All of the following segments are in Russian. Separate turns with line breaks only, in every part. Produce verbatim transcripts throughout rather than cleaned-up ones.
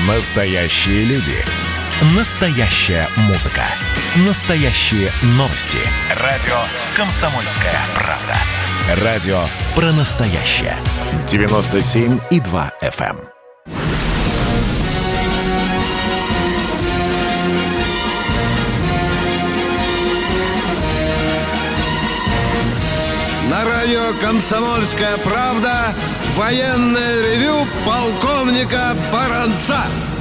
Настоящие люди. Настоящая музыка. Настоящие новости. Радио «Комсомольская правда». Радио про настоящее. девяносто семь и два эф эм.
На радио «Комсомольская правда» военное ревю полковника Баранца.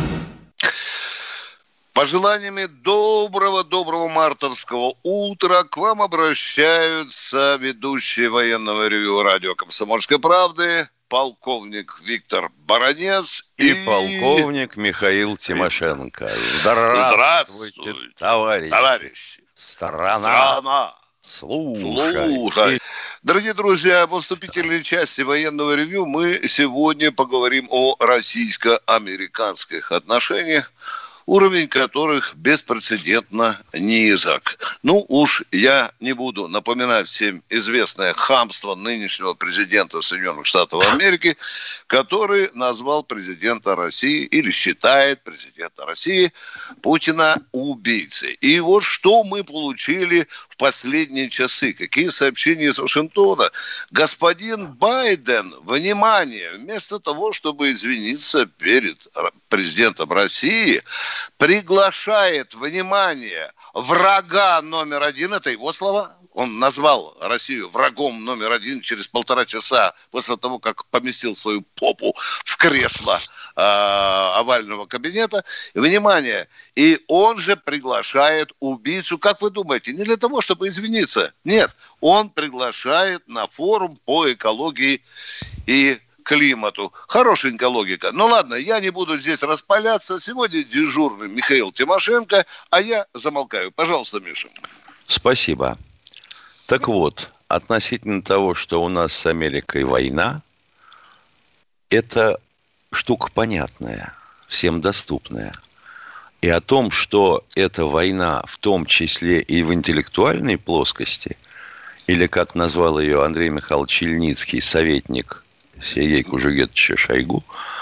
Пожеланиями доброго-доброго мартовского утра к вам обращаются ведущие военного ревью радио «Комсомольской правды» полковник Виктор Баранец
и,
и...
полковник Михаил Тимошенко. Здравствуйте,
Здравствуйте
товарищи.
товарищи.
Страна.
Страна.
Слушай.
Слушай. Дорогие друзья, в вступительной части военного ревью мы сегодня поговорим о российско-американских отношениях, уровень которых беспрецедентно низок. Ну уж я не буду напоминать всем известное хамство нынешнего президента Соединенных Штатов Америки, который назвал президента России или считает президента России Путина убийцей. И вот что мы получили в последние часы. Какие сообщения из Вашингтона? Господин Байден, внимание, вместо того, чтобы извиниться перед президентом России, приглашает, внимание, врага номер один, это его слова, он назвал Россию врагом номер один через полтора часа после того, как поместил свою попу в кресло э, овального кабинета. И, внимание, и он же приглашает убийцу, как вы думаете, не для того, чтобы извиниться, нет, он приглашает на форум по экологии и климату. Хорошенькая логика. Ну ладно, я не буду здесь распаляться. Сегодня дежурный Михаил Тимошенко, а я замолкаю. Пожалуйста, Миша.
Спасибо. Так вот, относительно того, что у нас с Америкой война, это штука понятная, всем доступная. И о том, что эта война в том числе и в интеллектуальной плоскости, или, как назвал ее Андрей Михайлович Ельницкий, советник Сергей Кужугетовича Шойгу,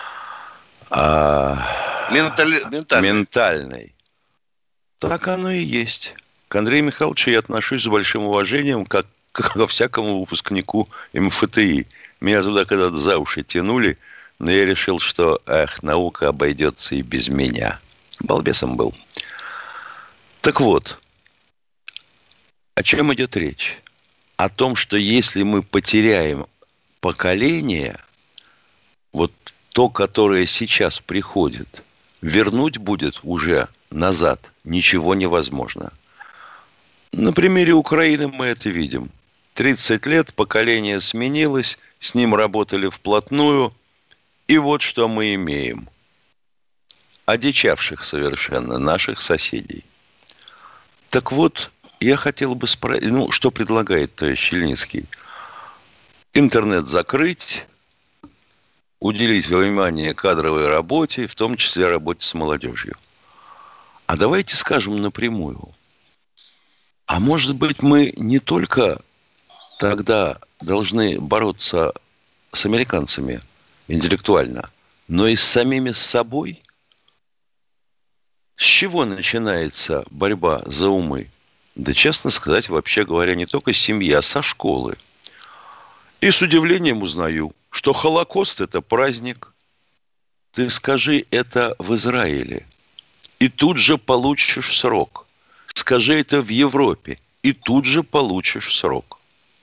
а...
Ментали... ментальной.
ментальной. Так оно и есть. К Андрею Михайловичу я отношусь с большим уважением, как ко всякому выпускнику эм эф тэ и. Меня туда когда-то за уши тянули, но я решил, что, эх, наука обойдется и без меня. Балбесом был. Так вот, о чем идет речь? О том, что если мы потеряем поколение, вот то, которое сейчас приходит, вернуть будет уже назад ничего невозможно. На примере Украины мы это видим. тридцать лет, поколение сменилось, с ним работали вплотную, и вот что мы имеем. Одичавших совершенно наших соседей. Так вот, я хотел бы спросить, ну, что предлагает товарищ Ельницкий? Интернет закрыть, уделить внимание кадровой работе, в том числе работе с молодежью. А давайте скажем напрямую. А может быть, мы не только тогда должны бороться с американцами интеллектуально, но и с самими собой? С чего начинается борьба за умы? Да, честно сказать, вообще говоря, не только с семьи, а со школы. И с удивлением узнаю, что Холокост – это праздник. Ты скажи это в Израиле, и тут же получишь срок. Скажи это в Европе, и тут же получишь срок.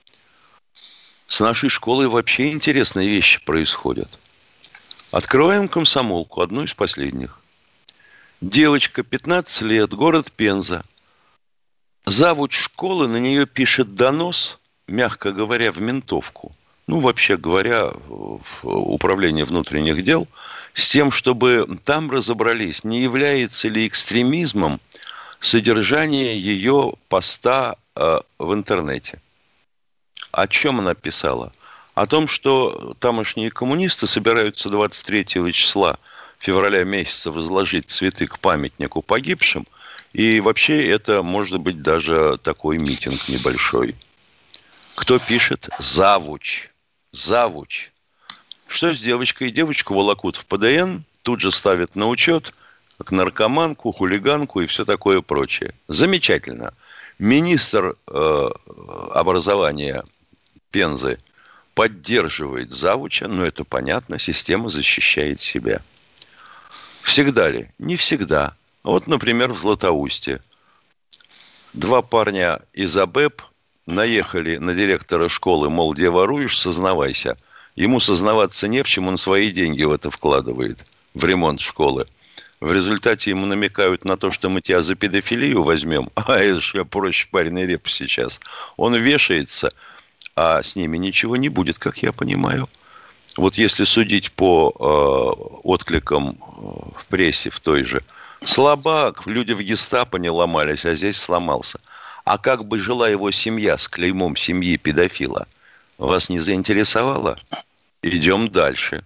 С нашей школой вообще интересные вещи происходят. Открываем комсомолку, одну из последних. Девочка, пятнадцать лет, город Пенза. Завуч школы на нее пишет донос, мягко говоря, в ментовку, ну, вообще говоря, в управление внутренних дел, с тем, чтобы там разобрались, не является ли экстремизмом содержание ее поста э, в интернете. О чем она писала? О том, что тамошние коммунисты собираются двадцать третьего числа февраля месяца возложить цветы к памятнику погибшим, и вообще это может быть даже такой митинг небольшой. Кто пишет? Завуч. Завуч. Что с девочкой? Девочку волокут в ПДН, тут же ставят на учет как наркоманку, хулиганку и все такое прочее. Замечательно. Министр э, образования Пензы поддерживает завуча, но это понятно, система защищает себя. Всегда ли? Не всегда. Вот, например, в Златоусте. Два парня из АБЭП наехали на директора школы, мол, где воруешь, сознавайся. Ему сознаваться не в чем, он свои деньги в это вкладывает, в ремонт школы. В результате ему намекают на то, что мы тебя за педофилию возьмем. А это же проще пареной репы сейчас. Он вешается, а с ними ничего не будет, как я понимаю. Вот если судить по э, откликам в прессе в той же, слабак, люди в гестапо не ломались, а здесь сломался. А как бы жила его семья с клеймом семьи педофила? Вас не заинтересовало? Идем дальше.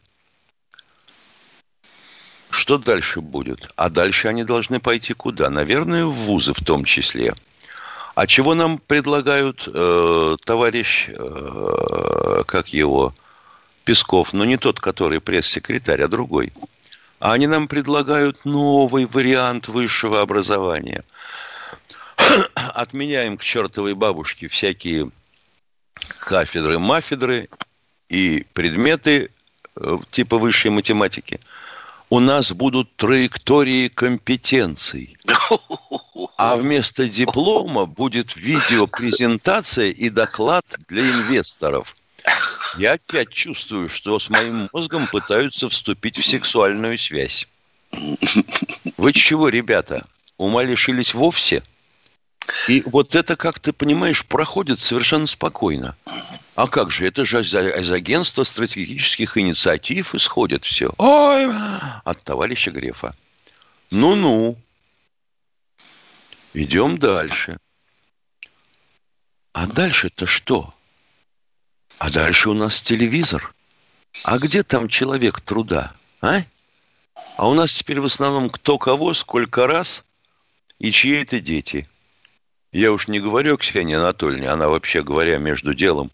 Что дальше будет? А дальше они должны пойти куда? Наверное, в вузы в том числе. А чего нам предлагают э, товарищ, э, как его, Песков, но не тот, который пресс-секретарь, а другой. А они нам предлагают новый вариант высшего образования. Отменяем к чертовой бабушке всякие кафедры, мафедры и предметы э, типа высшей математики. У нас будут траектории компетенций. А вместо диплома будет видеопрезентация и доклад для инвесторов. Я опять чувствую, что с моим мозгом пытаются вступить в сексуальную связь. Вы чего, ребята, ума лишились вовсе? И вот это, как ты понимаешь, проходит совершенно спокойно. А как же, это же из агентства стратегических инициатив исходит все. Ой, от товарища Грефа. Ну-ну. Идем дальше. А дальше-то что? А дальше у нас телевизор. А где там человек труда, а? А у нас теперь в основном кто кого, сколько раз и чьи это дети. Я уж не говорю о Ксении Анатольевне, она, вообще говоря, между делом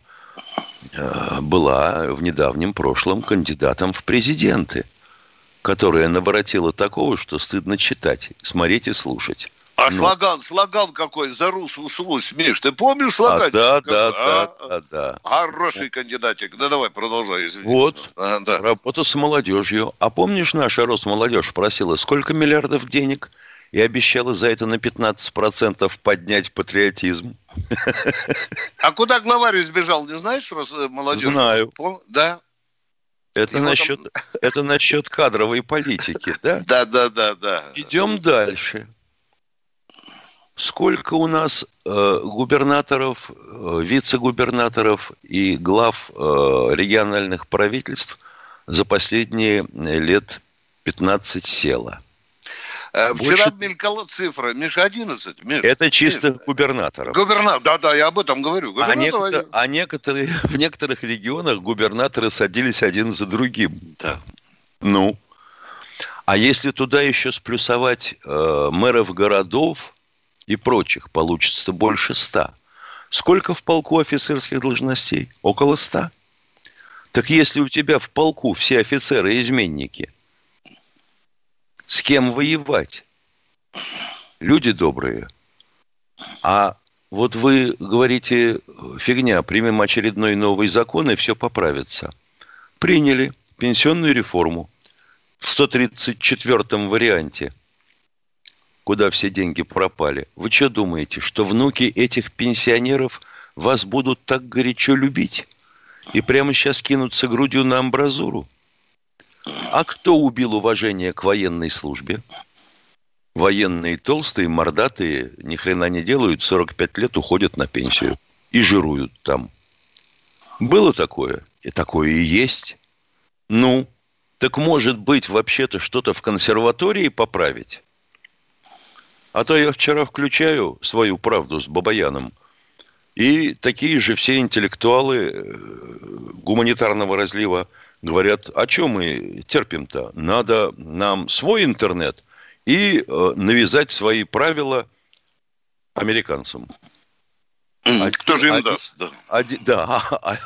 была в недавнем прошлом кандидатом в президенты, которая наворотила такого, что стыдно читать, смотреть и слушать.
А
ну.
слоган, слоган какой, за русу слусь, Миш, ты помнишь слоган?
А, да,
какой?
да,
а?
да, да, да.
Хороший кандидатик. Да давай, продолжай, извини.
Вот,
а, да.
Работа с молодежью. А помнишь, наша Росмолодежь просила сколько миллиардов денег и обещала за это на пятнадцать процентов поднять патриотизм?
А куда главарь сбежал, не знаешь, Росмолодежь?
Знаю.
Пом... Да.
Это насчет, там... это насчет кадровой политики, да?
Да, да, да, да.
Идем дальше. Сколько у нас э, губернаторов, э, вице-губернаторов и глав э, региональных правительств за последние лет пятнадцать село?
Э,
Больше...
Вчера мелькала цифра, Миша, одиннадцать. Миш,
Это чисто
Миш,
губернаторов.
Губернатор, да, да, я об этом говорю.
А, некотор... а некоторые, в некоторых регионах губернаторы садились один за другим.
Да.
Ну, а если туда еще сплюсовать э, мэров городов и прочих, получится больше ста. Сколько в полку офицерских должностей? Около ста. Так если у тебя в полку все офицеры изменники, с кем воевать? Люди добрые. А вот вы говорите, фигня, примем очередной новый закон, и все поправится. Приняли пенсионную реформу в сто тридцать четвёртом варианте, куда все деньги пропали. Вы что думаете, что внуки этих пенсионеров вас будут так горячо любить и прямо сейчас кинутся грудью на амбразуру? А кто убил уважение к военной службе? Военные толстые, мордатые, ни хрена не делают, сорок пять лет уходят на пенсию и жируют там. Было такое? И такое и есть. Ну, так может быть вообще-то что-то в консерватории поправить? А то я вчера включаю свою правду с Бабаяном, и такие же все интеллектуалы гуманитарного разлива говорят, а что мы терпим-то? Надо нам свой интернет и навязать свои правила американцам.
Один, Кто же им
один,
даст? Да,
один, да,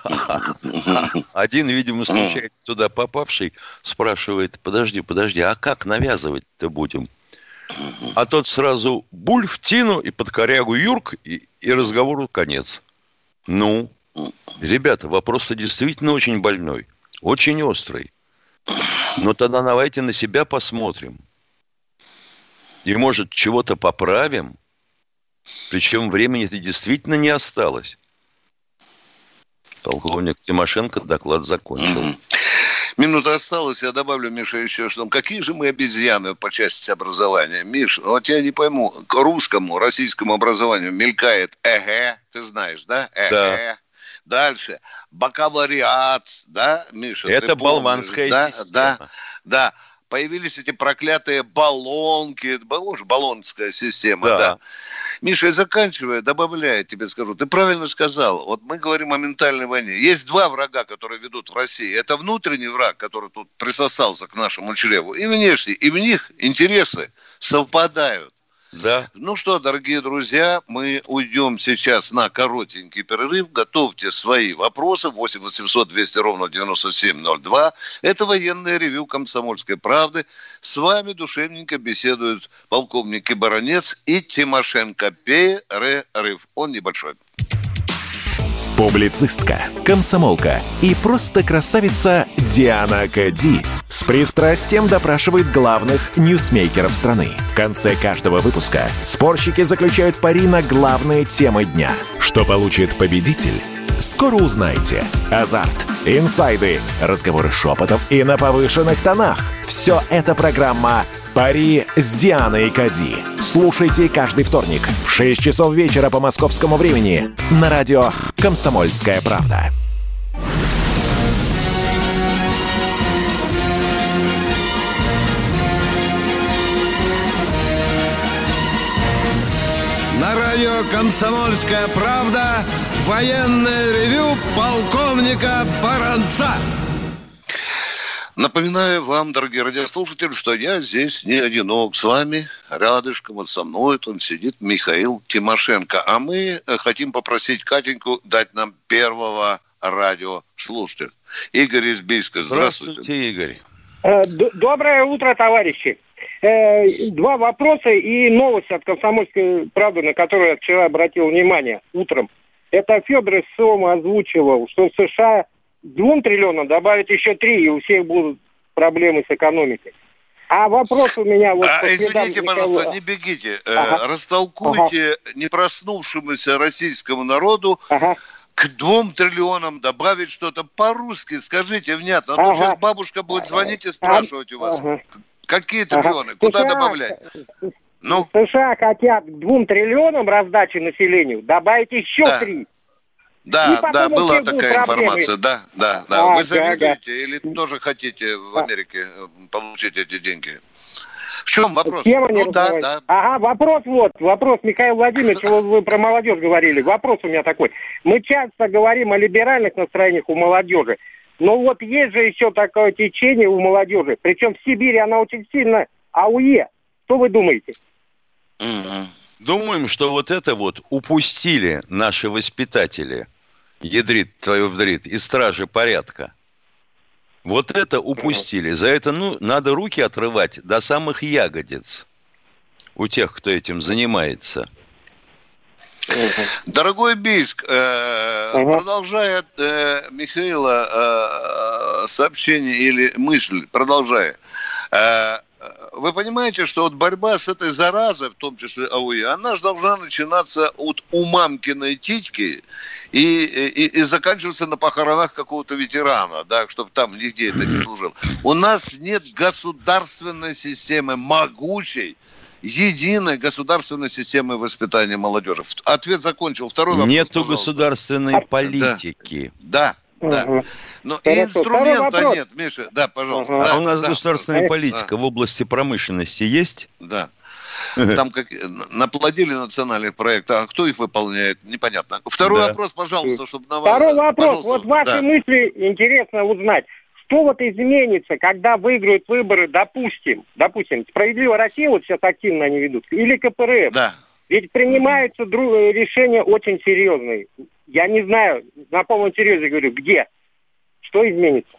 один, видимо, случайно туда попавший, спрашивает: подожди, подожди, а как навязывать-то будем? А тот сразу буль в тину и под корягу юрк, и, и разговору конец. Ну, ребята, вопрос-то действительно очень больной, очень острый. Но тогда давайте на себя посмотрим. И, может, чего-то поправим. Причем времени-то действительно не осталось. Полковник Тимошенко доклад закончил.
Минута осталась, я добавлю, Миша, еще что. Какие же мы обезьяны по части образования? Миш, вот я не пойму, к русскому, российскому образованию мелькает эгэ, ты знаешь, да? Эгэ. Да. Дальше. Бакалавриат, да, Миша?
Это болванская
да?
система.
Да, да. Появились эти проклятые баллонки, боже, баллонская система, да. да. Миша, и заканчивая, добавляя, тебе скажу, ты правильно сказал, вот мы говорим о ментальной войне. Есть два врага, которые ведут в России. Это внутренний враг, который тут присосался к нашему чреву, и внешний. И в них интересы совпадают.
Да.
Ну что, дорогие друзья, мы уйдем сейчас на коротенький перерыв. Готовьте свои вопросы. восемь восемьсот двести ровно девяносто семь ноль два. Это военное ревью «Комсомольской правды». С вами душевненько беседуют полковник Баранец и Тимошенко. Перерыв. Он небольшой.
Публицистка, комсомолка и просто красавица Диана Кади с пристрастием допрашивает главных ньюсмейкеров страны. В конце каждого выпуска спорщики заключают пари на главные темы дня. Что получит победитель? Скоро узнаете. Азарт, инсайды, разговоры шепотов и на повышенных тонах. Все это программа «Пари с Дианой Кади». Слушайте каждый вторник в шесть часов вечера по московскому времени на радио «Комсомольская правда».
На радио «Комсомольская правда» военное ревю полковника Баранца.
Напоминаю вам, дорогие радиослушатели, что я здесь не одинок. С вами рядышком, вот со мной он сидит Михаил Тимошенко. А мы хотим попросить Катеньку дать нам первого радиослушателя. Игорь из Бийска. Здравствуйте.
Здравствуйте, Игорь.
Доброе утро, товарищи. Два вопроса и новость от «Комсомольской правды», на которую я вчера обратил внимание утром. Это Федор из СОМа озвучивал, что в США двум триллионам добавить еще три, и у всех будут проблемы с экономикой. А вопрос у меня... вот.
А, извините, пожалуйста, Михаила... не бегите. Ага. Растолкуйте ага. непроснувшемуся российскому народу, ага. к двум триллионам добавить что-то по-русски. Скажите внятно. А ага. то сейчас бабушка будет звонить и спрашивать ага. у вас, ага. какие триллионы, ага. куда США... добавлять? Ну?
США хотят к двум триллионам раздачи населению добавить еще да. три.
Да, да, была такая информация, да, да, да. А, Вы завидуете да, да. или тоже хотите в Америке получить эти деньги? В чем вопрос?
Тема не ну, да, да. Ага, вопрос вот, вопрос, Михаил Владимирович, вот вы про молодежь говорили, вопрос у меня такой. Мы часто говорим о либеральных настроениях у молодежи, но вот есть же еще такое течение у молодежи, причем в Сибири она очень сильно АУЕ. Что вы думаете?
Угу.
Думаем, что вот это вот упустили наши воспитатели, ядрит твою вдрит, и стражи порядка. Вот это упустили. За это, ну, надо руки отрывать до самых ягодиц у тех, кто этим занимается.
Дорогой Бийск, э, угу. продолжая э, Михаила э, сообщение или мысль, продолжая, э, вы понимаете, что вот борьба с этой заразой, в том числе АУЕ, она же должна начинаться от у мамкиной титьки и, и, и заканчиваться на похоронах какого-то ветерана, да, чтобы там нигде это не служило. У нас нет государственной системы могучей, единой государственной системы воспитания молодежи. Ответ закончил. Второй вопрос.
Нету пожалуйста. Государственной политики.
Да. Да. Да. Но и инструмента нет, Миша. Да, пожалуйста.
А
да,
у нас
да,
государственная
да,
политика да. в области промышленности есть?
Да. Там как наплодили национальные проекты, а кто их выполняет, непонятно. Второй да. вопрос, пожалуйста, чтобы на вас...
Второй вопрос. Вот ваши да. мысли интересно узнать. Что вот изменится, когда выиграют выборы, допустим, допустим, «Справедливая Россия», вот сейчас активно они ведут, или КПРФ?
Да.
Ведь принимаются друг... решения очень серьезные. Я не знаю, на полном серьезе говорю, где? Что изменится?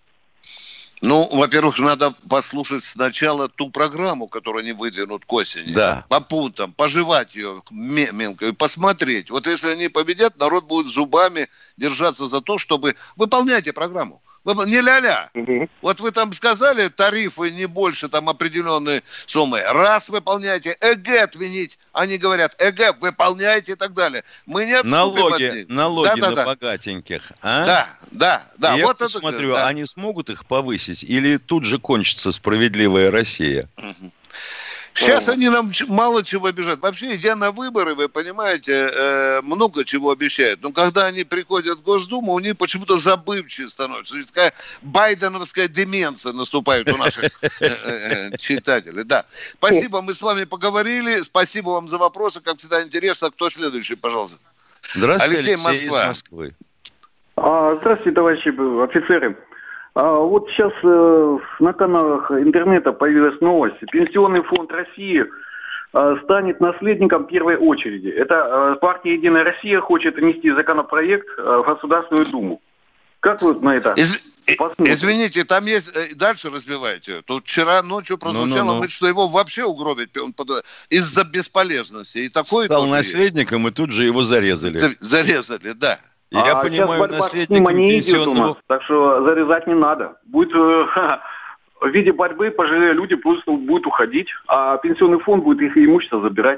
Ну, во-первых, надо послушать сначала ту программу, которую они выдвинут к осени.
Да.
По пунктам, пожевать ее мелко и посмотреть. Вот если они победят, народ будет зубами держаться за то, чтобы... Выполняйте программу. Вы... Не ля-ля. Угу. Вот вы там сказали, тарифы не больше там определенной суммы. Раз выполняйте, ЭГЭ отменить. Они говорят, ЭГЭ выполняйте и так далее. Мы не отступим
налоги,
от них.
Налоги
да,
на
да,
богатеньких. А?
Да, да, да.
И
вот
я
это,
смотрю,
да.
Они смогут их повысить или тут же кончится справедливая Россия?
Угу. Сейчас они нам мало чего обещают. Вообще, идя на выборы, вы понимаете, э, много чего обещают. Но когда они приходят в Госдуму, у них почему-то забывчивее становится. Такая байденовская деменция наступает у наших читателей. Да. Спасибо, мы с вами поговорили. Спасибо вам за вопросы. Как всегда интересно. Кто следующий, пожалуйста?
Здравствуйте,
Алексей,
Алексей
Москва.
из Москвы.
Здравствуйте, товарищи офицеры. А вот сейчас э, на каналах интернета появилась новость. Пенсионный фонд России э, станет наследником первой очереди. Это э, партия «Единая Россия» хочет внести законопроект э, в Государственную Думу. Как вы на это
Из...
посмотрите?
Извините, там есть... Дальше развивайте. Тут вчера ночью прозвучало, ну, ну, ну. что его вообще угробить он под... из-за бесполезности. И такое
стал наследником, есть. И тут же его зарезали.
Зарезали, да.
Я
а
понимаю, наследником
не
пенсионного...
идет у нас, так что зарезать не надо. Будет э, в виде борьбы пожилые люди просто будут уходить, а пенсионный фонд будет их имущество забирать.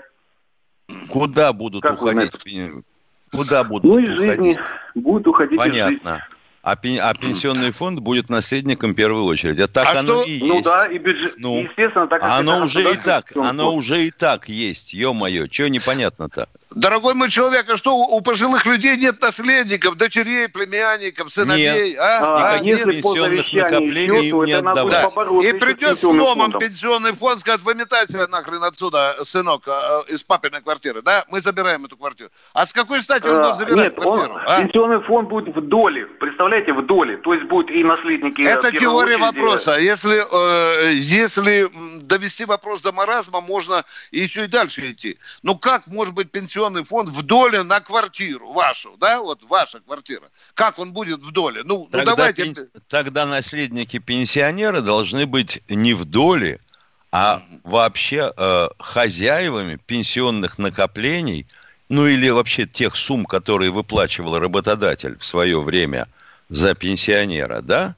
Куда будут
как
уходить? Куда будут
ну, из
уходить?
жизни будут уходить.
Понятно. А, пен... а пенсионный фонд будет наследником в первую очередь. А так
а
оно
что?
и
ну,
есть.
Да, и бюджет.
Ну,
естественно, так как
оно уже и так, оно
фонд.
уже и так есть. Ё-моё, чё непонятно-то?
Дорогой мой человек, а что у пожилых людей нет наследников, дочерей, племянников, сыновей?
Нет.
А?
А,
а,
если
нет?
по
пенсионных накоплений
счету,
им не
это надо
отдавать.
побороться
И придет с ломом
фондом.
пенсионный фонд, скажет, выметайся нахрен отсюда, сынок, из папиной квартиры, да? Мы забираем эту квартиру. А с какой стати он будет забирать
Нет,
квартиру?
Он,
а?
пенсионный фонд будет в доле, представляете, в доле. То есть будут и наследники...
Это теория
очереди.
вопроса. Если, э, если довести вопрос до маразма, можно еще и дальше идти. Ну как может быть пенсионный фонд в доле на квартиру вашу, да? Вот ваша квартира. Как он будет в доле? Ну,
Тогда,
ну давайте...
пен... Тогда наследники пенсионера должны быть не в доле, а mm-hmm. вообще э, хозяевами пенсионных накоплений, ну или вообще тех сумм, которые выплачивал работодатель в свое время за пенсионера, да?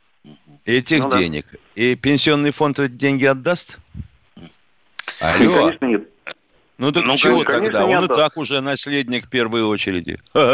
Этих ну, денег. Да. И пенсионный фонд эти деньги отдаст? Алло.
Конечно, нет.
Ну так ну, чего тогда? Он и так уже наследник в первой очереди.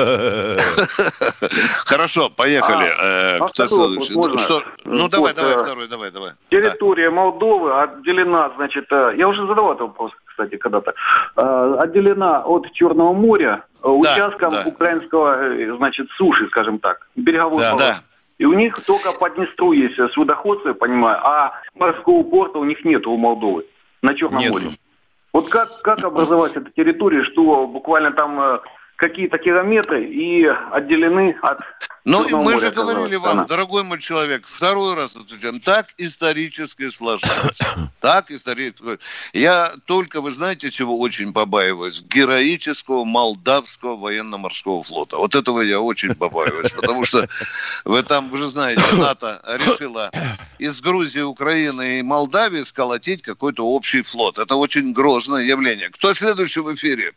Хорошо, поехали.
А, а Кто следующий?
Что? Ну вот, давай, давай, второй, давай, давай.
Территория да. Молдовы отделена, значит, я уже задавал этот вопрос, кстати, когда-то, отделена от Черного моря да, участком да. украинского, значит, суши, скажем так, береговой да, да. И у них только по Днестру есть судоходство, я понимаю, а морского порта у них нет у Молдовы на Черном нет. море. Вот как, как образовать эту территорию, что буквально там э, какие-то километры и отделены от...
Ну, мы моря, же говорили вам, она. Дорогой мой человек, второй раз отвечаем, так исторически сложилось. Так исторически. Я только, вы знаете, чего очень побаиваюсь? Героического молдавского военно-морского флота. Вот этого я очень побаиваюсь, потому что вы там, вы же знаете, НАТО решила из Грузии, Украины и Молдавии сколотить какой-то общий флот. Это очень грозное явление. Кто следующий в эфире?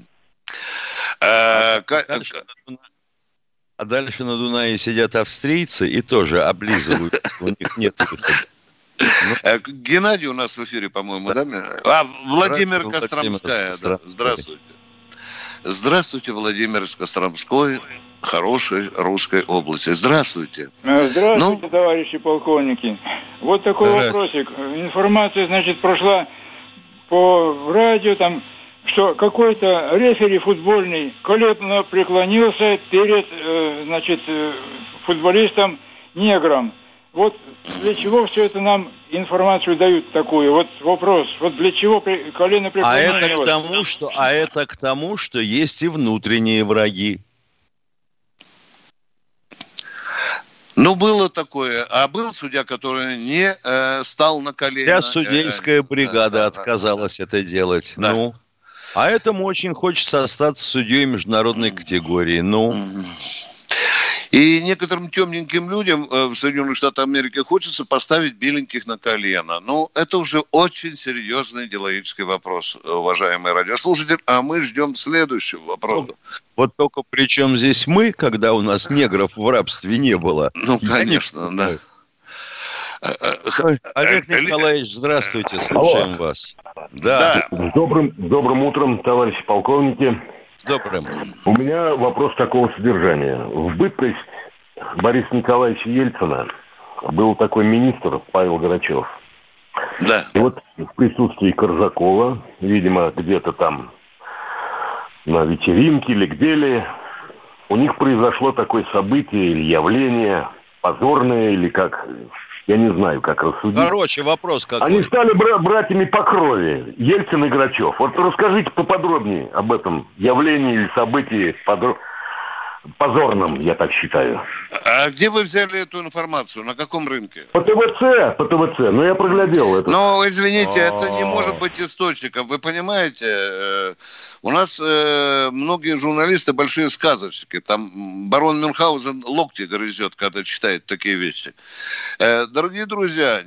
А дальше, а дальше на Дунае сидят австрийцы и тоже облизываются. У них нет выхода.
Ну. Геннадий у нас в эфире, по-моему, да? да? А, Владимир Владимир Костромская. Да. Здравствуйте. Здравствуйте, Владимир из Костромской, хорошей русской области. Здравствуйте.
Здравствуйте, ну? Товарищи полковники. Вот такой вопросик. Информация, значит, прошла по радио, там, что какой-то рефери футбольный колебно преклонился перед, э, значит, э, футболистом-негром. Вот для чего все это нам информацию дают такую? Вот вопрос. Вот для чего колено преклонение?
А это к тому, что, а это к тому, что есть и внутренние враги.
Ну, было такое. А был судья, который не э, стал на колено.
Вся судейская бригада да, отказалась да, это делать.
Да.
Ну, А этому очень хочется остаться судьей международной категории. Ну...
И некоторым темненьким людям в Соединенных Штатах Америки хочется поставить беленьких на колено. Ну, это уже очень серьезный деловический вопрос, уважаемый радиослушатель. А мы ждем следующего вопроса.
Вот только при чем здесь мы, когда у нас негров в рабстве не было?
Ну, конечно, да.
Олег Николаевич, здравствуйте, слушаем Алло. вас.
Да. да. Добрым, добрым утром, товарищи полковники.
Добрым.
У меня вопрос такого содержания. В бытность Бориса Николаевича Ельцина был такой министр Павел Грачев.
Да.
И вот в присутствии Коржакова, видимо, где-то там на вечеринке или где-ли, у них произошло такое событие или явление, позорное или как... Я не знаю, как рассудить.
Короче, вопрос какой.
Они стали бра- братьями по крови, Ельцин и Грачев. Вот расскажите поподробнее об этом явлении или событии подро... позорном, я так считаю.
А где вы взяли эту информацию? На каком рынке?
По ТВЦ, по ТВЦ. Ну, я проглядел это.
Но, извините, это не может быть источником. Вы понимаете, у нас многие журналисты большие сказочники. Там барон Мюнхгаузен локти грызет, когда читает такие вещи. Дорогие друзья,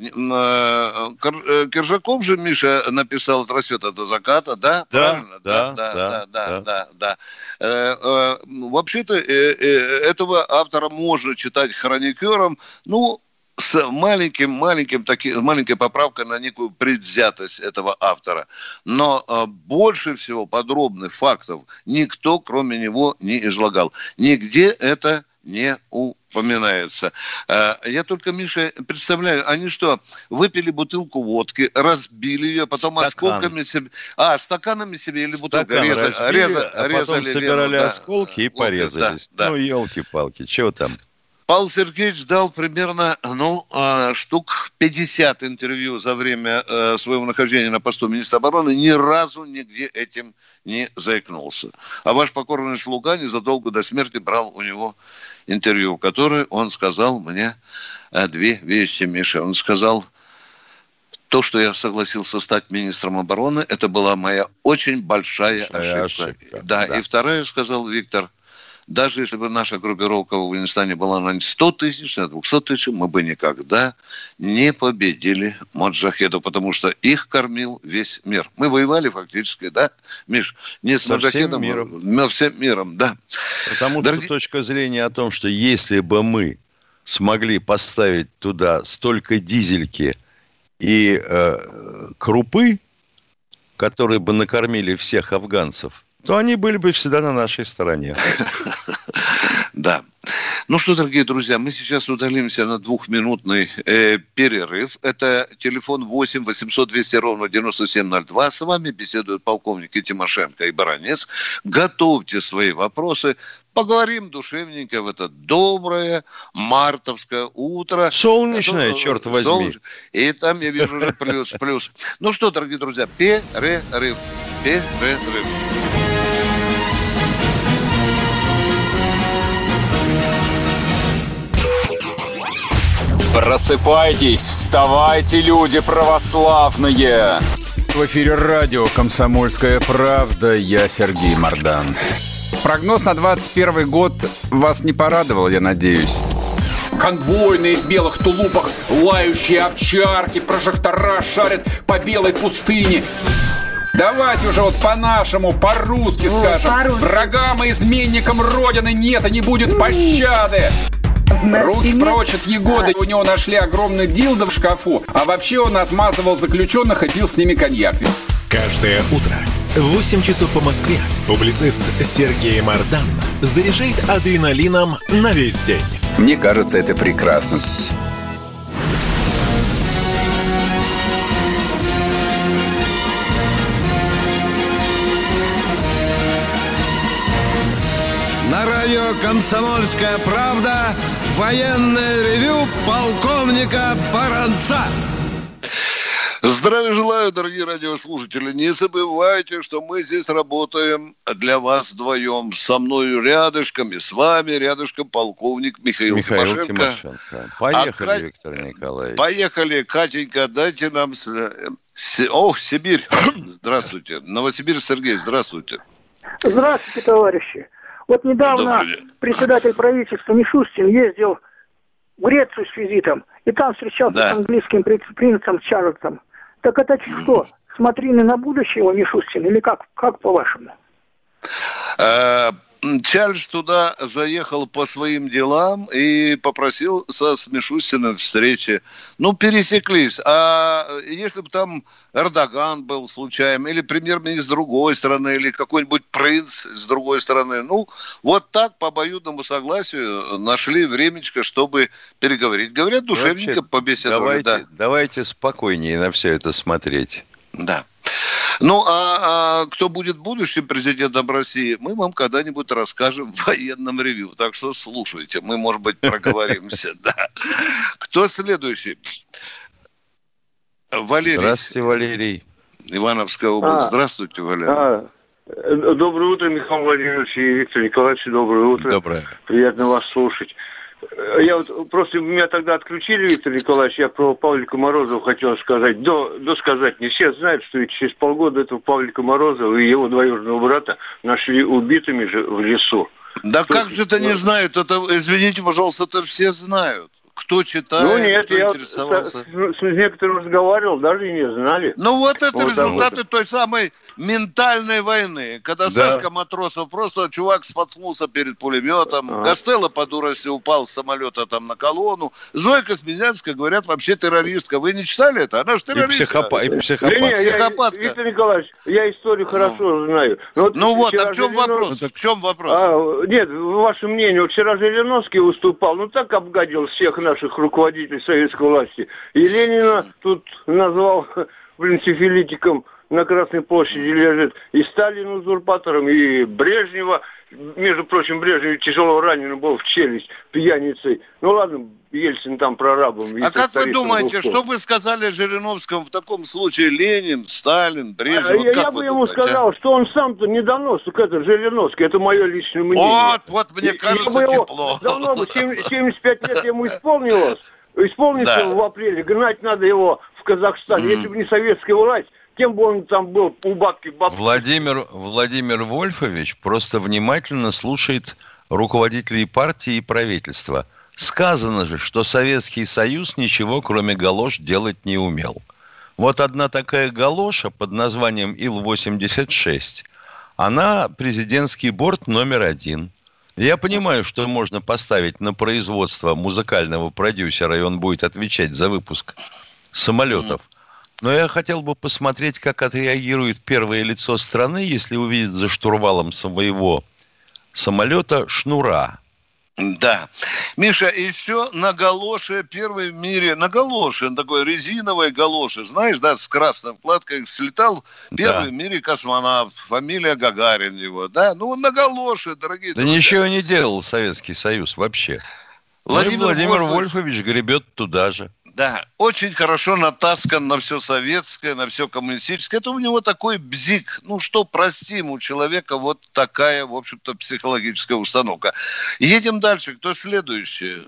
Коржаков же, Миша, написал «От рассвета до заката», да?
Да,
правильно?
да,
да,
да,
да, да, да, да. Вообще-то этого автора можно читать хроникером, ну, с маленьким-маленьким, таки, маленькой поправкой на некую предвзятость этого автора. Но а, больше всего подробных фактов никто, кроме него, не излагал. Нигде это не упоминается. А, я только, Миша, представляю, они что, выпили бутылку водки, разбили ее, потом Стакан. осколками себе... А, стаканами себе или бутылкой резали,
разбили,
резали,
а потом
резали
собирали
вену,
осколки да, и порезались.
Да, да.
Ну, елки-палки, чего там?
Павел Сергеевич дал примерно, ну, штук пятьдесят интервью за время своего нахождения на посту министра обороны, ни разу нигде этим не заикнулся. А ваш покорный слуга незадолго до смерти брал у него интервью, в которое он сказал мне две вещи, Миша. Он сказал, то, что я согласился стать министром обороны, это была моя очень большая, большая ошибка. ошибка. Да, да, и вторая, сказал Виктор, даже если бы наша группировка в Афганистане была на сто тысяч, на двести тысяч, мы бы никогда не победили маджахедов, потому что их кормил весь мир. Мы воевали фактически, да, Миш, не с маджахедом, но всем миром, да.
Потому Дорогие... что точка зрения о том, что если бы мы смогли поставить туда столько дизельки и э, крупы, которые бы накормили всех афганцев, то они были бы всегда на нашей стороне.
Да. Ну что, дорогие друзья, мы сейчас удалимся на двухминутный э, перерыв. Это телефон восемь восемьсот двести ровно девяносто семь ноль два. С вами беседуют полковники Тимошенко и Баранец. Готовьте свои вопросы. Поговорим душевненько в это доброе мартовское утро.
Солнечное, это, черт возьми. Солнеч...
И там я вижу уже плюс, плюс. Ну что, дорогие друзья, перерыв. Перерыв.
Просыпайтесь, вставайте, люди православные! В эфире радио «Комсомольская правда». Я Сергей Мордан. Прогноз на двадцать первый год вас не порадовал, я надеюсь. Конвойные в белых тулупах, лающие овчарки, прожектора шарят по белой пустыне. Давайте уже вот по-нашему, по-русски О, скажем. По-русски. Врагам и изменникам Родины нет и не будет пощады. Руки прочь от Егоды. У него нашли огромный дилдо в шкафу. А вообще он отмазывал заключенных и пил с ними коньяк.
Каждое утро в восемь часов по Москве публицист Сергей Мордан заряжает адреналином на весь день.
Мне кажется, это прекрасно.
На радио «Комсомольская правда» военное ревю полковника Баранца.
Здравия желаю, дорогие радиослушатели. Не забывайте, что мы здесь работаем для вас вдвоем. Со мною рядышком и с вами рядышком полковник Михаил,
Михаил
Тимошенко.
Тимошенко. Поехали, а, Виктор Николаевич.
Поехали, Катенька, дайте нам С... О, Сибирь. Здравствуйте. Новосибирск, Сергей, здравствуйте.
Здравствуйте, товарищи. Вот недавно председатель правительства Мишустин ездил в Грецию с визитом, и там встречался да. с английским принцем Чарльзом. Так это что, смотрины на будущего Мишустин, или как, как по-вашему?
Чарльз туда заехал по своим делам и попросил со с Мишустиным встречи. Ну, пересеклись. А если бы там Эрдоган был случайно, или премьер-министр с другой стороны, или какой-нибудь принц с другой стороны, ну, вот так по обоюдному согласию нашли времечко, чтобы переговорить. Говорят, душевненько вообще, побеседовали.
Давайте,
да.
давайте спокойнее на все это смотреть.
Да. Ну, а, а кто будет будущим президентом России, мы вам когда-нибудь расскажем в военном ревью. Так что слушайте, мы, может быть, проговоримся. Да. Кто следующий? Валерий.
Здравствуйте, Валерий.
Ивановская область.
А,
Здравствуйте, Валерий.
А, доброе утро, Михаил Владимирович и Виктор Николаевич. Доброе утро.
Доброе.
Приятно вас слушать. Я вот просто меня тогда отключили, Виктор Николаевич, я про Павлика Морозова хотел сказать. До, до сказать, не все знают, что через полгода этого Павлика Морозова и его двоюродного брата нашли убитыми же в лесу.
Да что как же это не знают? Это, извините, пожалуйста, это все знают. Кто читает,
ну, нет,
кто
я
интересовался.
С, с, с некоторым разговаривал, даже и не знали.
Ну вот это
вот
результаты
вот.
той самой ментальной войны, когда да. Сашка Матросов просто чувак споткнулся перед пулеметом, а. Костелло по дурости упал с самолета там на колонну, Зойка Смезянская, говорят, вообще террористка. Вы не читали это? Она же террористка.
И, психопа, и психопат.
Не, не,
психопатка.
Я, Виктор Николаевич, я историю ну. хорошо знаю.
Но вот ну вот, а в чем вопрос? В чем вопрос?
А, нет, ваше мнение, вчера Жириновский выступал, ну так обгадил всех наших руководителей советской власти. И Ленина тут назвал, блин, сифилитиком, на Красной площади лежит. И Сталин узурпатором, и Брежнева. Между прочим, Брежнев тяжело ранен был в челюсть пьяницей. Ну ладно, Ельцин там прорабом.
А как вы думаете, что бы сказали Жириновскому в таком случае Ленин, Сталин, Брежнев?
А,
вот
я
я
бы ему думаете, сказал, а? что он сам-то не доносок, это Жириновский, это мое личное мнение.
Вот, вот, мне кажется,
его,
тепло.
Давно бы, семьдесят пять лет ему исполнилось, исполнится да. в апреле, гнать надо его в Казахстан. Mm. Если бы не советская власть, кем бы он там был у бабки бабки.
Владимир, Владимир Вольфович просто внимательно слушает руководителей партии и правительства. Сказано же, что Советский Союз ничего, кроме галош, делать не умел. Вот одна такая галоша под названием Ил восемьдесят шесть, она президентский борт номер один. Я понимаю, что можно поставить на производство музыкального продюсера, и он будет отвечать за выпуск самолетов. Но я хотел бы посмотреть, как отреагирует первое лицо страны, если увидит за штурвалом своего самолета Шнура.
Да. Миша, еще на галоше первый в мире, на галоше, такой резиновой галоше, знаешь, да, с красной вкладкой слетал первый да. в мире космонавт, фамилия Гагарин его, да, ну на галоше, дорогие
да
друзья.
Ничего не делал Советский Союз вообще. Владимир, ну, Владимир Вольфович... Вольфович гребет туда же.
Да, очень хорошо натаскан на все советское, на все коммунистическое. Это у него такой бзик. Ну, что простим, у человека вот такая, в общем-то, психологическая установка. Едем дальше. Кто следующий?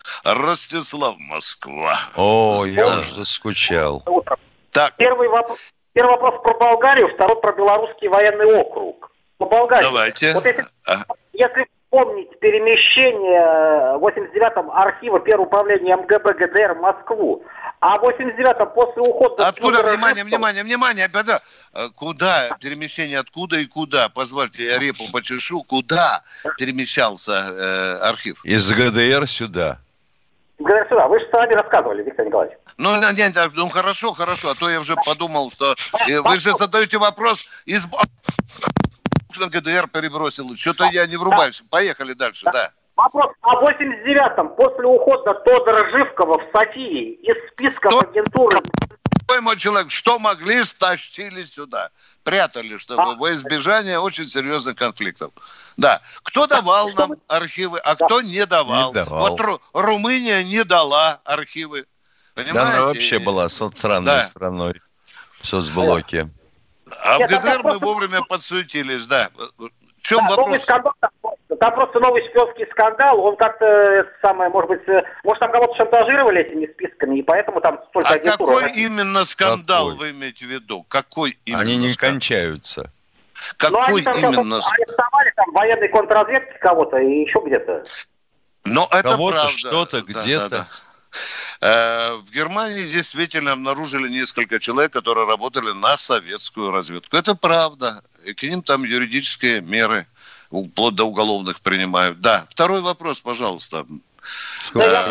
Ростислав, Москва.
О, я уже заскучал.
Так. Первый, вопрос, первый вопрос про Болгарию, второй про Белорусский военный округ. По Болгарии.
Давайте.
Вот если,
а.
если помнить перемещение в восемьдесят девятом архива Первого управления МГБ ГДР в Москву, а в восемьдесят девятом после ухода...
Откуда, внимание, внимание, внимание, да, куда перемещение, откуда и куда? Позвольте, я репу почешу. Куда перемещался э, архив?
Из ГДР сюда.
Из ГДР сюда. Вы же сами рассказывали, Виктор Николаевич.
Ну, нет, ну хорошо, хорошо, а то я уже подумал, что... Вы же задаете вопрос из... на ГДР перебросил. Что-то я не врубаюсь. Поехали дальше, да.
Вопрос. А в восемьдесят девятом, после ухода Тодора Живкова в Софии из списка Кто... агентуры...
Ой, мой человек, что могли, стащили сюда. Прятали, чтобы а? во избежание очень серьезных конфликтов. Да. Кто давал нам архивы, а да. кто не давал.
Не давал.
Вот Ру- Румыния не дала архивы. Понимаете?
Да, она вообще была странной да. страной в соцблоке.
А Нет, в ГДР мы вовремя подсуетились, да. В чем
да,
вопрос?
Скандал,
там просто новый шпионский скандал, он как-то, это самое, может быть, может там кого-то шантажировали этими списками, и поэтому там столько
а
агентур...
какой именно скандал какой? Вы имеете в виду? Какой именно
Они не
скандал?
кончаются.
Какой
ну, они там
именно...
арестовали там военной контрразведки кого-то и еще где-то.
Но это
кого-то,
правда.
что-то,
да,
где-то.
Да, да. В Германии действительно обнаружили несколько человек, которые работали на советскую разведку. Это правда. И к ним там юридические меры вплоть до уголовных принимают. Да. Второй вопрос, пожалуйста.
Да, я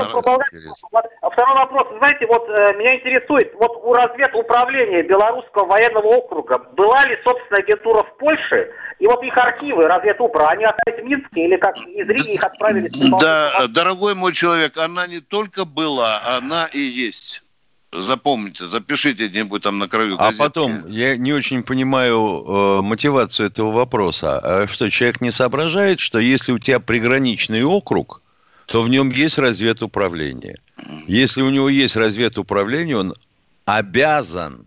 а второй вопрос. Знаете, вот э, меня интересует, вот у разведуправления Белорусского военного округа была ли собственная агентура в Польше? И вот их архивы разведупра, они остались в Минске или как из Риги их отправили?
Да, дорогой мой человек, она не только была, она и есть. Запомните, запишите где-нибудь там на краю газетки.
А потом, я не очень понимаю э, мотивацию этого вопроса. А что, человек не соображает, что если у тебя приграничный округ, то в нем есть разведуправление. Если у него есть разведуправление, он обязан,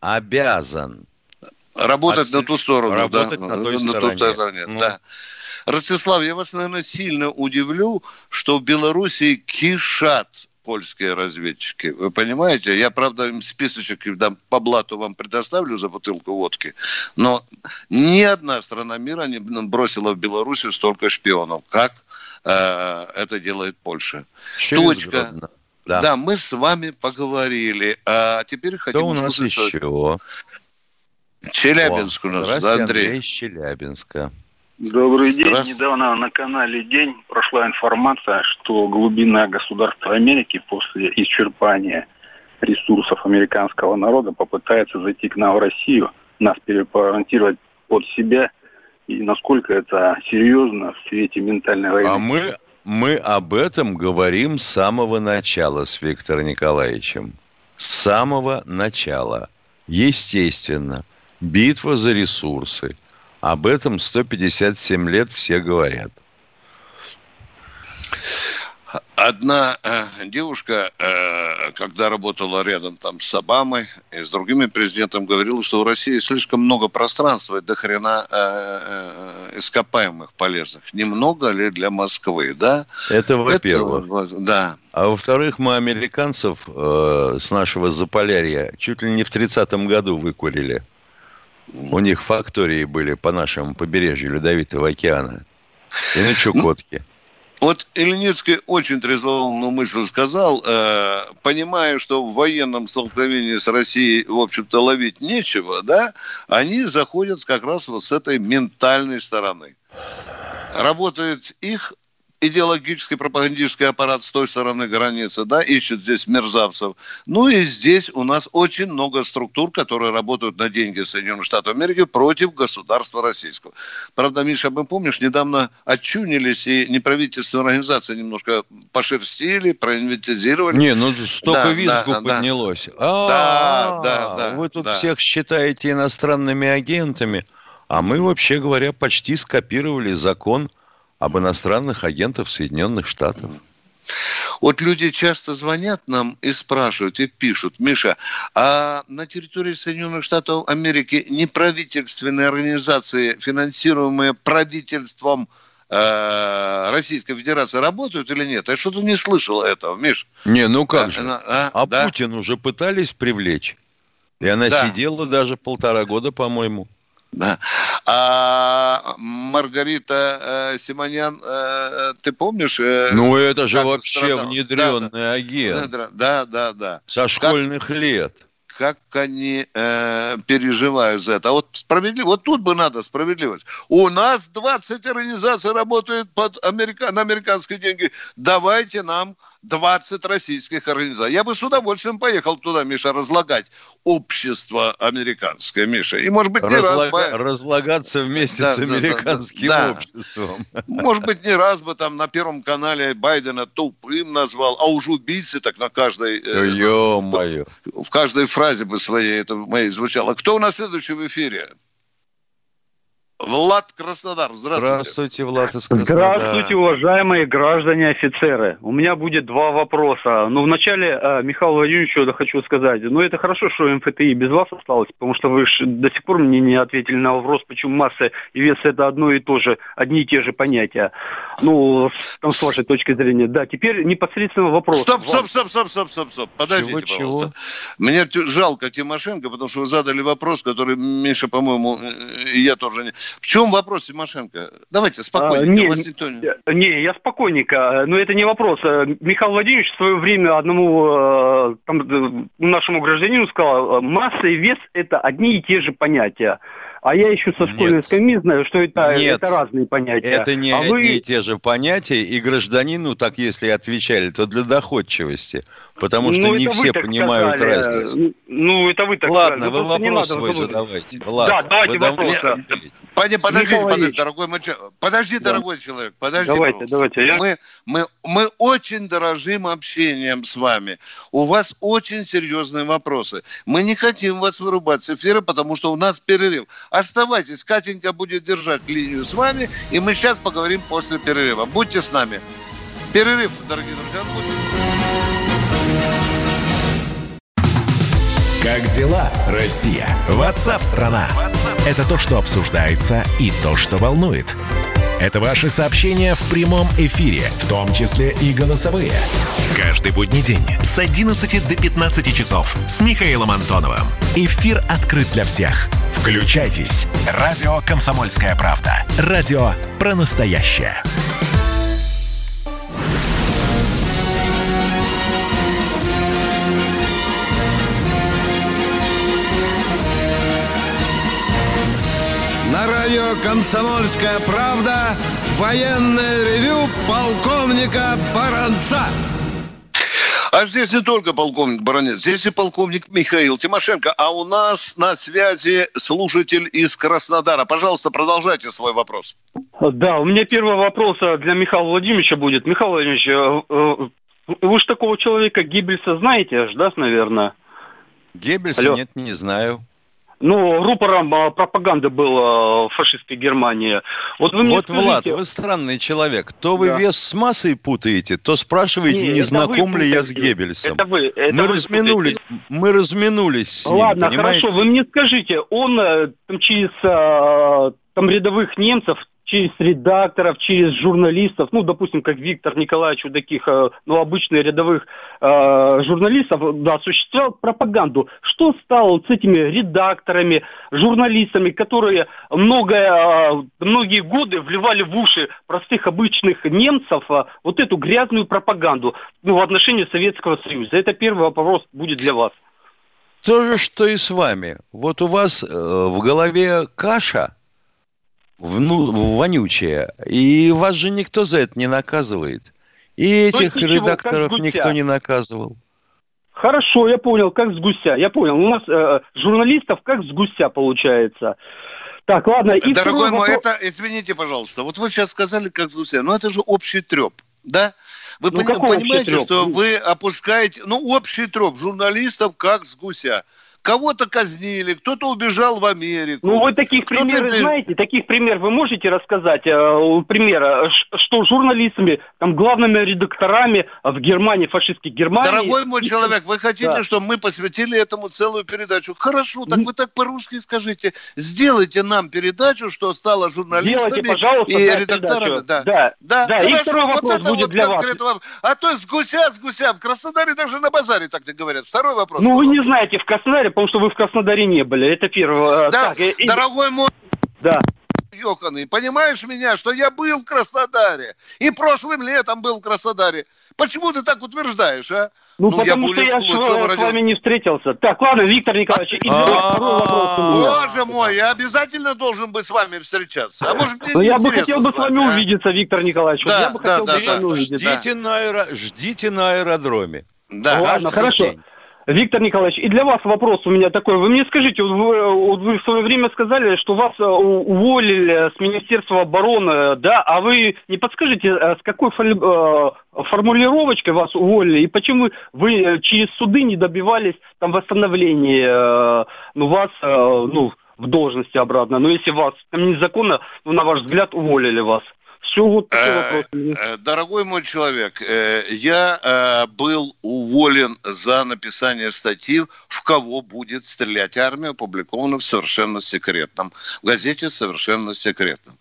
обязан
работать от... на ту сторону.
Работать
да,
на той
на
стороне.
Той стороне ну. Да. Ростислав, я вас, наверное, сильно удивлю, что в Белоруссии кишат польские разведчики. Вы понимаете? Я, правда, им списочек да, по блату вам предоставлю за бутылку водки, но ни одна страна мира не бросила в Белоруссию столько шпионов, как э, это делает Польша.
Через
Точка.
Да.
да, мы с вами поговорили. А теперь хотим
да у нас
услышать...
еще.
Челябинск у нас,
Здравствуйте,
Андрей.
Андрей из Челябинска.
Добрый день. Недавно на канале «День» прошла информация, что глубинное государство Америки после исчерпания ресурсов американского народа попытается зайти к нам в Россию, нас переформатировать под себя. И насколько это серьезно в свете ментальной войны.
А мы, мы об этом говорим с самого начала с Виктором Николаевичем. С самого начала. Естественно. Битва за ресурсы. Об этом сто пятьдесят семь лет все говорят.
Одна э, девушка, э, когда работала рядом там с Обамой и с другими президентами, говорила, что у России слишком много пространства и до хрена э, э, ископаемых полезных. Немного ли для Москвы, да?
Это во-первых.
Это, да.
А во-вторых, мы американцев э, с нашего Заполярья чуть ли не в тридцатом году выкурили. У них фактории были по нашему побережью Ледовитого океана. И на Чукотке.
Вот Ильницкий очень трезвоумную мысль сказал, э, понимая, что в военном столкновении с Россией, в общем-то, ловить нечего, да, они заходят как раз вот с этой ментальной стороны. Работает их идеологический пропагандистский аппарат с той стороны границы, да, ищет здесь мерзавцев. Ну и здесь у нас очень много структур, которые работают на деньги Соединенных Штатов Америки против государства российского. Правда, Миша, мы, помнишь, недавно отчунились, и неправительственные организации немножко пошерстили, проинвентаризировали.
Не, ну столько да, визгу да, поднялось.
Да, да, да.
Вы тут
да.
всех считаете иностранными агентами, а мы, вообще говоря, почти скопировали закон об иностранных агентах Соединенных Штатов.
Вот люди часто звонят нам и спрашивают, и пишут: Миша, а на территории Соединенных Штатов Америки неправительственные организации, финансируемые правительством э, Российской Федерации, работают или нет? Я что-то не слышал этого, Миш.
Не, ну как
а,
же.
А,
а
да?
Путин уже пытались привлечь. И она да. сидела даже полтора года, по-моему.
Да. А Маргарита э, Симонян, э, ты помнишь? Э,
ну, это же вообще
страдал?
внедренный
да,
агент.
Да, да, да.
Со школьных
как,
лет.
Как они э, переживают за это. А вот справедливо, вот тут бы надо справедливость. У нас двадцать организаций работают под америка... на американские деньги. Давайте нам двадцать российских организаций. Я бы с удовольствием поехал туда, Миша, разлагать общество американское, Миша. И, может быть, не
Разлага...
раз бы...
Разлагаться вместе да, с американским да, да, обществом.
Может быть, не раз бы там на Первом канале Байдена тупым назвал, а уж убийцы так на каждой...
Ё-моё.
В, в каждой фразе бы своей это моей звучало. Кто у нас следующий в эфире? Влад, Краснодар. Здравствуйте.
Здравствуйте, Влад из Краснодара.
Здравствуйте, уважаемые граждане офицеры. У меня будет два вопроса. Ну, вначале э, Михаилу Владимировичу да, хочу сказать. Ну, это хорошо, что эм эф тэ и без вас осталось, потому что вы ж до сих пор мне не ответили на вопрос, почему масса и вес это одно и то же, одни и те же понятия. Ну, там, с вашей точки зрения. Да, теперь непосредственно вопрос.
Стоп, стоп, стоп, стоп, стоп, стоп, стоп. Подождите, чего, пожалуйста. Чего? Мне жалко Тимошенко, потому что вы задали вопрос, который, Миша, по-моему, и я тоже не... В чем вопрос, Тимошенко? Давайте, спокойненько. А, не, никто...
не, я спокойненько. Но это не вопрос. Михаил Владимирович в свое время одному там, нашему гражданину сказал, масса и вес – это одни и те же понятия. А я еще со школьной скамьи знаю, что это, это разные понятия.
Это не а одни вы... и те же понятия, и гражданину, так если отвечали, то для доходчивости. Потому что ну, не все понимают сказали. разницу.
Ну, это вы так
Ладно,
сказали.
вы вопрос свой задавайте.
Влад, да, давайте вопрос.
Подожди, подожди, подожди, дорогой, подожди, да. дорогой человек, подожди.
Давайте, давайте. Я...
Мы, мы, мы очень дорожим общением с вами. У вас очень серьезные вопросы. Мы не хотим вас вырубать с эфира, потому что у нас перерыв. Оставайтесь, Катенька будет держать линию с вами, и мы сейчас поговорим после перерыва. Будьте с нами. Перерыв, дорогие друзья.
Как дела, Россия? Ватсап-страна! Это то, что обсуждается и то, что волнует. Это ваши сообщения в прямом эфире, в том числе и голосовые. Каждый будний день с одиннадцати до пятнадцати часов с Михаилом Антоновым. Эфир открыт для всех. Включайтесь. Радио «Комсомольская правда». Радио про настоящее.
На радио «Комсомольская правда» военное ревю полковника Баранца.
А здесь не только полковник Баранец, здесь и полковник Михаил Тимошенко. А у нас на связи слушатель из Краснодара. Пожалуйста, продолжайте свой вопрос.
Да, у меня первый вопрос для Михаила Владимировича будет. Михаил Владимирович, вы же такого человека Геббельса знаете, аж, да, наверное?
Геббельса? Алло. Нет, не знаю.
Ну, рупором пропаганды был в фашистской Германии. Вот, вы мне
вот
скажите...
Влад, вы странный человек. То вы да. вес с массой путаете, то спрашиваете, не, не знаком ли я с Геббельсом.
Это вы, это
мы,
вы
разминулись, мы разминулись с ним,
Ладно,
понимаете?
хорошо, вы мне скажите, он там, через там, рядовых немцев, через редакторов, через журналистов, ну, допустим, как Виктор Николаевич, у таких, ну, обычных рядовых э, журналистов, да, осуществлял пропаганду. Что стало с этими редакторами, журналистами, которые много, э, многие годы вливали в уши простых обычных немцев э, вот эту грязную пропаганду, ну, в отношении Советского Союза? Это первый вопрос будет для вас.
То же, что и с вами. Вот у вас э, в голове каша, Ну, вонючая. И вас же никто за это не наказывает. И этих ничего, редакторов никто не наказывал.
Хорошо, я понял, как с гуся. Я понял. У нас э, журналистов как с гуся получается. Так, ладно. И
Дорогой мой, вопрос... это, извините, пожалуйста, вот вы сейчас сказали как с гуся, но это же общий треп, да? Вы ну, пони- понимаете, что вы опускаете, ну, общий треп журналистов как с гуся. Кого-то казнили, кто-то убежал в Америку.
Ну, вы таких примеров знаете? Таких примеров вы можете рассказать? Э, примера, что журналистами, там, главными редакторами в Германии, фашистской Германии...
Дорогой мой человек, вы хотите, да. чтобы мы посвятили этому целую передачу? Хорошо, так вы так по-русски скажите. Сделайте нам передачу, что стало журналистами
Делайте, пожалуйста,
и
да,
редакторами. Да,
да.
да.
да.
Хорошо,
и второй
вот
вопрос
это
будет
вот
для
конкретно
вас.
Вам. А то с гуся, с гуся. В Краснодаре даже на базаре так говорят. Второй вопрос.
Ну, вы не знаете в Краснодаре, потому что вы в Краснодаре не были. Это первое.
Да,
так, и...
дорогой мой...
Да.
Ёканый, понимаешь меня, что я был в Краснодаре. И прошлым летом был в Краснодаре. Почему ты так утверждаешь, а?
Ну, ну потому я что я с, с вами не встретился. Так, ладно, Виктор Николаевич, и второй вопрос у меня.
Боже мой, я обязательно должен быть с вами встречаться. А может, мне
я бы хотел бы с вами увидеться, Виктор Николаевич. Я бы хотел бы с вами увидеться.
Ждите на аэродроме.
Да.
Ладно, хорошо. Виктор Николаевич, и для вас вопрос у меня такой. Вы мне скажите, вот вы, вот вы в свое время сказали, что вас уволили с Министерства обороны, да, а вы не подскажете, с какой формулировочкой вас уволили, и почему вы через суды не добивались там восстановления ну, вас, ну, в должности обратно. Но если вас там незаконно, ну, на ваш взгляд, уволили вас. Все, вот такие вопросы.
Дорогой мой человек, я был уволен за написание статьи «В кого будет стрелять армия», опубликовано в совершенно секретном, в газете «Совершенно секретном».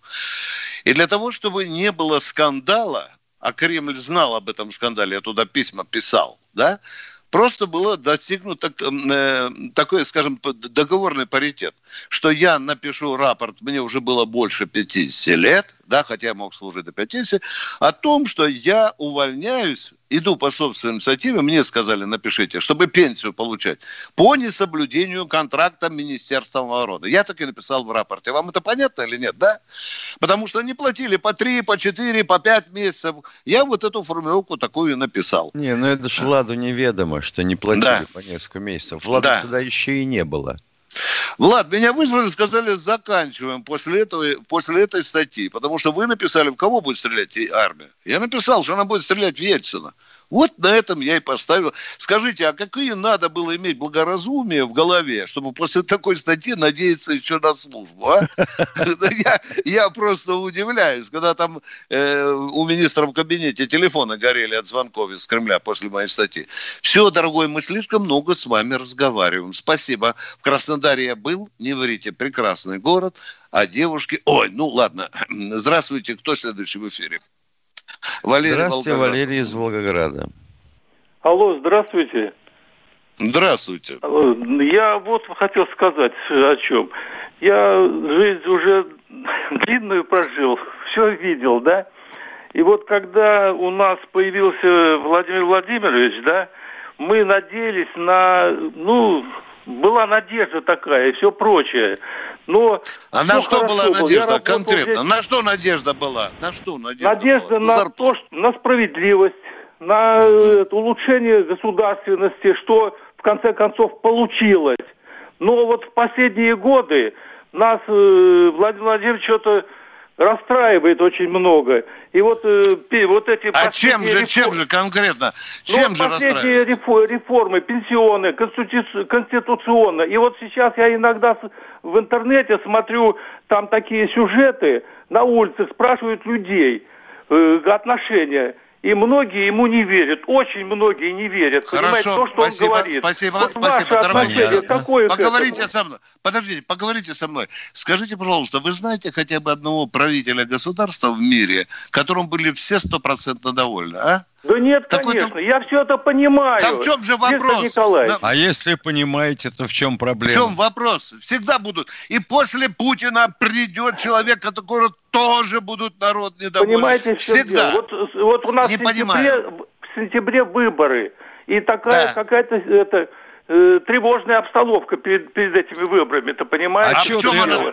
И для того, чтобы не было скандала, а Кремль знал об этом скандале, я туда письма писал, да, просто было достигнут так, э, такой, скажем, договорный паритет, что я напишу рапорт, мне уже было больше пятьдесят лет, да, хотя я мог служить до пятидесяти, о том, что я увольняюсь, иду по собственной инициативе, мне сказали, напишите, чтобы пенсию получать, по несоблюдению контракта Министерства обороны. Я так и написал в рапорте. Вам это понятно или нет, да? Потому что они платили по три, по четыре, по пять месяцев. Я вот эту формулировку такую и написал.
Не, ну это же Владу неведомо, что не платили да. по несколько месяцев. Влада да. тогда еще и не было.
Влад, меня вызвали, сказали, заканчиваем после этого, после этой статьи, потому что вы написали, в кого будет стрелять армия. Я написал, что она будет стрелять в Ельцина. Вот на этом я и поставил. Скажите, а какие надо было иметь благоразумие в голове, чтобы после такой статьи надеяться еще на службу, а? Я, я просто удивляюсь, когда там э, у министра в кабинете телефоны горели от звонков из Кремля после моей статьи. Все, дорогой, мы слишком много с вами разговариваем. Спасибо. В Краснодаре я был, не врите, прекрасный город, а девушки... Ой, ну ладно. Здравствуйте, кто следующий в эфире?
Валерий Здравствуйте, Волгоград. Валерий из Волгограда.
Алло, здравствуйте.
Здравствуйте.
Я вот хотел сказать о чем. Я жизнь уже длинную прожил, все видел, да? И вот когда у нас появился Владимир Владимирович, да, мы надеялись на, ну, была надежда такая и все прочее. Но
а на что была надежда конкретно? Здесь... На что надежда была? На что надежда?
Надежда
была?
на Зар... то, что на справедливость, на это, улучшение государственности, что в конце концов получилось. Но вот в последние годы нас э, Владимир Владимирович что-то расстраивает очень много. И вот, э, вот эти...
А чем же, реформ... чем же конкретно? Чем
ну,
же
последние расстраивает? Реформы, пенсионные, конститу... конституционные. И вот сейчас я иногда в интернете смотрю, там такие сюжеты, на улицах спрашивают людей э, отношения. И многие ему не верят, очень многие не верят.
Хорошо,
то, что
спасибо,
он говорит.
Спасибо,
вот
спасибо, дорогой.
Какое
поговорите со мной. Подождите, поговорите со мной. Скажите, пожалуйста, вы знаете хотя бы одного правителя государства в мире, которым были все стопроцентно довольны, а?
Да нет,
так
конечно,
вот,
я все это понимаю.
Да в чем же вопрос?
А если понимаете, то в чем проблема?
В чем вопрос? Всегда будут. И после Путина придет человек, который тоже будут народ недовольны.
Понимаете,
всегда.
Вот, вот у нас
Не
в сентябре, в сентябре выборы. И такая да. какая-то это, э, тревожная обстановка перед, перед этими выборами. Ты понимаешь?
А, а в чем она?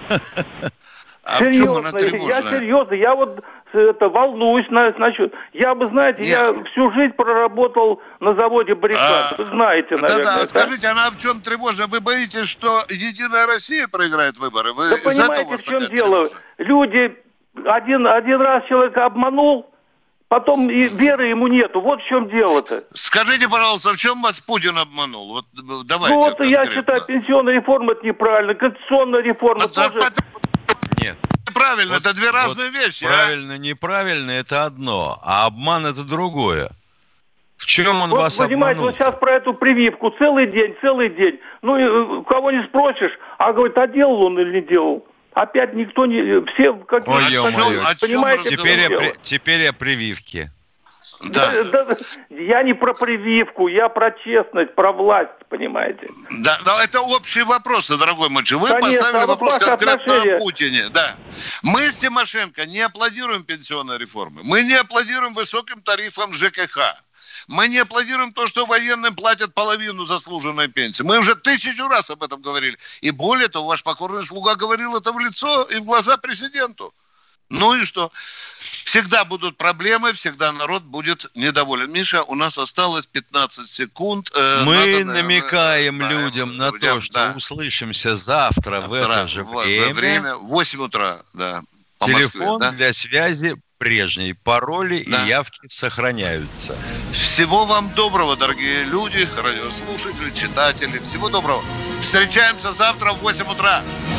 А
серьезно,
в чем она тревожная?
Я серьезно, я вот это, волнуюсь насчет. Я бы, знаете, Нет. я всю жизнь проработал на заводе «Баррикад». А, вы знаете, наверное.
Да-да,
да?
Скажите, она в чем тревожная? Вы боитесь, что «Единая Россия» проиграет выборы? Вы
да понимаете, в чем дело? Тревожная? Люди, один, один раз человека обманул, потом и веры ему нету. Вот в чем дело-то.
Скажите, пожалуйста, в чем вас Путин обманул? Вот давайте.
Ну вот конкретно. Я считаю, пенсионная реформа это неправильно, конституционная реформа вот, тоже...
Нет.
Правильно,
вот,
это две разные
вот
вещи.
Правильно,
а?
неправильно, это одно, а обман это другое. В чем он
вот,
вас
понимаете,
обманул?
Вот сейчас про эту прививку целый день, целый день. Ну, кого не спросишь, а говорит, а делал он или не делал? Опять никто не... Все как
Ой, ё-моё.
Понимаете,
теперь, я, теперь я прививки.
Да.
Да, да, я не про прививку, я про честность, про власть, понимаете?
Да, но это общие вопросы, дорогой мой человек. Вы Конечно, поставили а вопрос вот конкретно отношения... о Путине. Да. Мы с Тимошенко не аплодируем пенсионной реформы. Мы не аплодируем высоким тарифам ЖКХ. Мы не аплодируем то, что военным платят половину заслуженной пенсии. Мы уже тысячу раз об этом говорили. И более того, ваш покорный слуга говорил это в лицо и в глаза президенту. Ну и что? Всегда будут проблемы, всегда народ будет недоволен. Миша, у нас осталось пятнадцать секунд.
Э, Мы надо, намекаем да, людям на людям, то, что да. услышимся завтра, завтра в это же
в,
время.
время. В восемь утра, да.
Телефон Москве, да? для связи прежние. Пароли
да.
и явки сохраняются.
Всего вам доброго, дорогие люди, радиослушатели, читатели. Всего доброго. Встречаемся завтра в восемь утра.